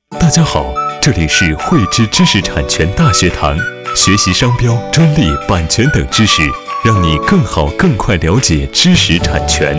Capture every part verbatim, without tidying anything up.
大家好，这里是汇知知识产权大学堂，学习商标、专利、版权等知识，让你更好、更快了解知识产权。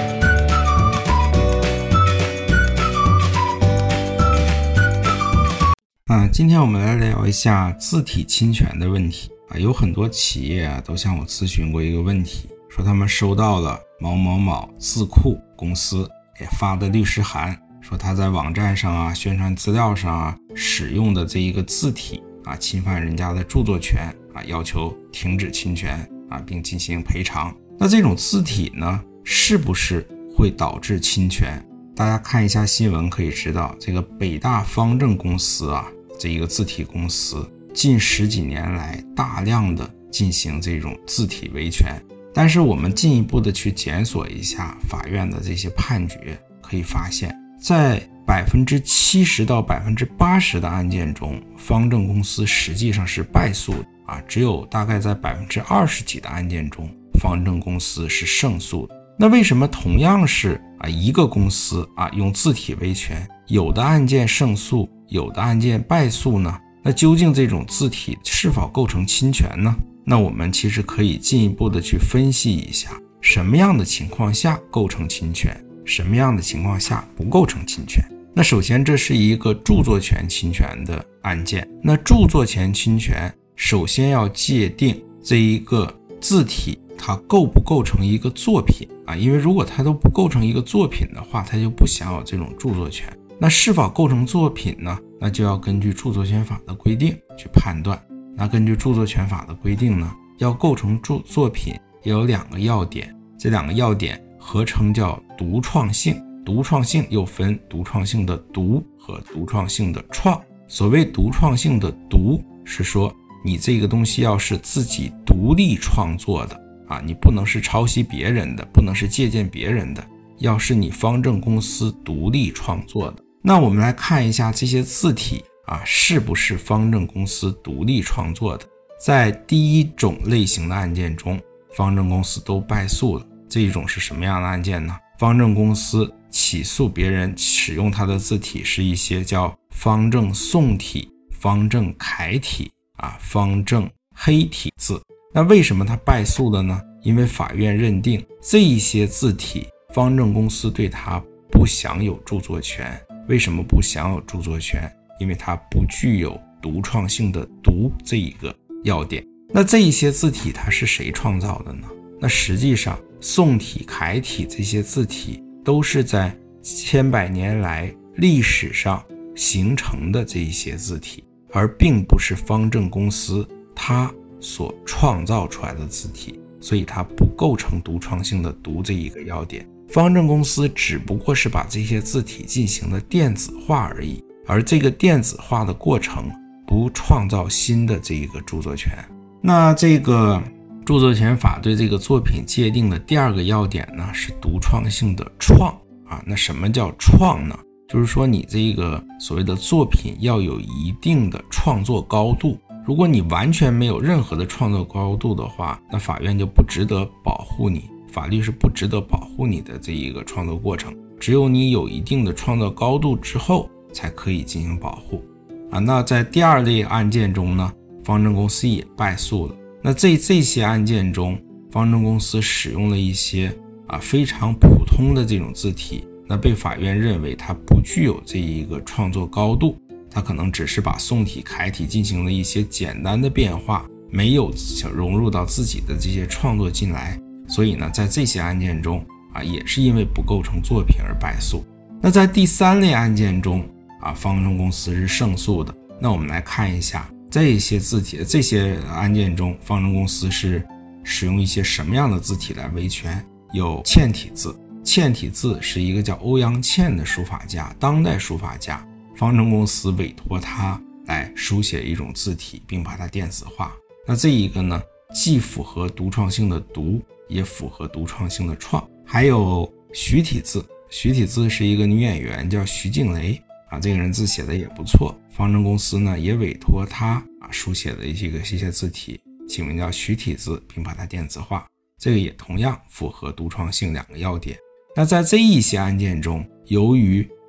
啊，今天我们来聊一下字体侵权的问题啊。有很多企业啊都向我咨询过一个问题，说他们收到了某某某字库公司给发的律师函，说他在网站上啊、宣传资料上啊使用的这一个字体啊侵犯人家的著作权啊，要求停止侵权啊，并进行赔偿。那这种字体呢，是不是会导致侵权？大家看一下新闻可以知道，这个北大方正公司啊，这一个字体公司近十几年来大量的进行这种字体维权。但是我们进一步的去检索一下法院的这些判决，可以发现在 百分之七十 到 百分之八十 的案件中，方正公司实际上是败诉的啊，只有大概在 百分之二十 几的案件中，方正公司是胜诉的。那为什么同样是啊一个公司啊用字体维权，有的案件胜诉，有的案件败诉呢？那究竟这种字体是否构成侵权呢？那我们其实可以进一步的去分析一下，什么样的情况下构成侵权，什么样的情况下不构成侵权。那首先这是一个著作权侵权的案件，那著作权侵权首先要界定这一个字体它构不构成一个作品啊，因为如果它都不构成一个作品的话，它就不享有这种著作权。那是否构成作品呢？那就要根据著作权法的规定去判断。那根据著作权法的规定呢，要构成著作品也有两个要点，这两个要点合称叫独创性。独创性又分独创性的独和独创性的创。所谓独创性的独，是说你这个东西要是自己独立创作的啊，你不能是抄袭别人的，不能是借鉴别人的，要是你方正公司独立创作的。那我们来看一下这些字体啊，是不是方正公司独立创作的。在第一种类型的案件中，方正公司都败诉了。这一种是什么样的案件呢？方正公司起诉别人使用它的字体是一些叫方正宋体、方正楷体啊、方正黑体字。那为什么它败诉了呢？因为法院认定这一些字体方正公司对它不享有著作权。为什么不享有著作权？因为它不具有独创性的独这一个要点。那这一些字体它是谁创造的呢？那实际上宋体、楷体这些字体都是在千百年来历史上形成的这一些字体，而并不是方正公司它所创造出来的字体，所以它不构成独创性的独这一个要点。方正公司只不过是把这些字体进行了电子化而已，而这个电子化的过程不创造新的这一个著作权。那这个著作权法对这个作品界定的第二个要点呢，是独创性的创啊。那什么叫创呢？就是说你这个所谓的作品要有一定的创作高度。如果你完全没有任何的创作高度的话，那法院就不值得保护你，法律是不值得保护你的这一个创作过程。只有你有一定的创作高度之后才可以进行保护啊。那在第二类案件中呢，方正公司也败诉了。那这这些案件中，方正公司使用了一些啊非常普通的这种字体，那被法院认为它不具有这一个创作高度，它可能只是把宋体、楷体进行了一些简单的变化，没有融入到自己的这些创作进来，所以呢，在这些案件中啊，也是因为不构成作品而败诉。那在第三类案件中啊，方正公司是胜诉的。那我们来看一下这些字体，这些案件中，方正公司是使用一些什么样的字体来维权？有嵌体字。嵌体字是一个叫欧阳嵌的书法家，当代书法家，方正公司委托他来书写一种字体，并把它电子化。那这一个呢，既符合独创性的独，也符合独创性的创。还有徐体字，徐体字是一个女演员叫徐静蕾啊，这个人字写的也不错，方正公司呢也委托他啊书写的一些个一些字体，起名叫徐体字，并把它电子化。这个也同样符合独创性两个要点。那在这一些案件中，由于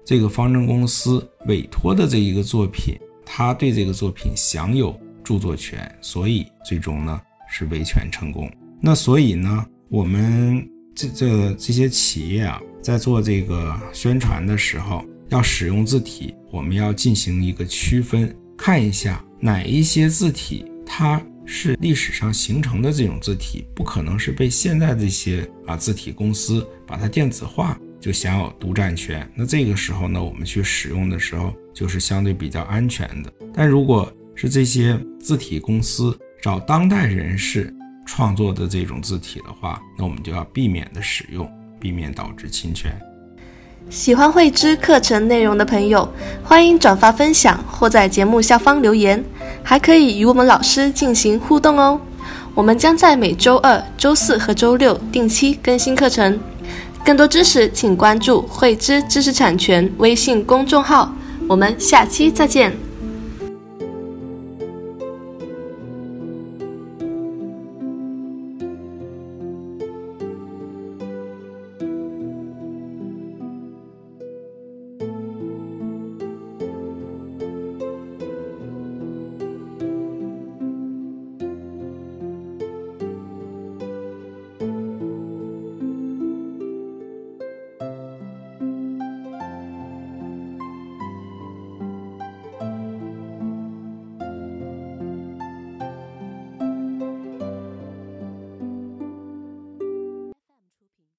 这个方正公司委托的这一个作品，他对这个作品享有著作权，所以最终呢是维权成功。那所以呢，我们这这这些企业啊，在做这个宣传的时候，要使用字体，我们要进行一个区分，看一下哪一些字体它是历史上形成的这种字体，不可能是被现在这些啊字体公司把它电子化就享有独占权。那这个时候呢，我们去使用的时候就是相对比较安全的。但如果是这些字体公司找当代人士创作的这种字体的话，那我们就要避免的使用，避免导致侵权。 喜欢慧知课程内容的朋友，欢迎转发分享或在节目下方留言，还可以与我们老师进行互动哦。我们将在每周二、周四和周六定期更新课程。更多知识请关注慧知知识产权微信公众号。我们下期再见。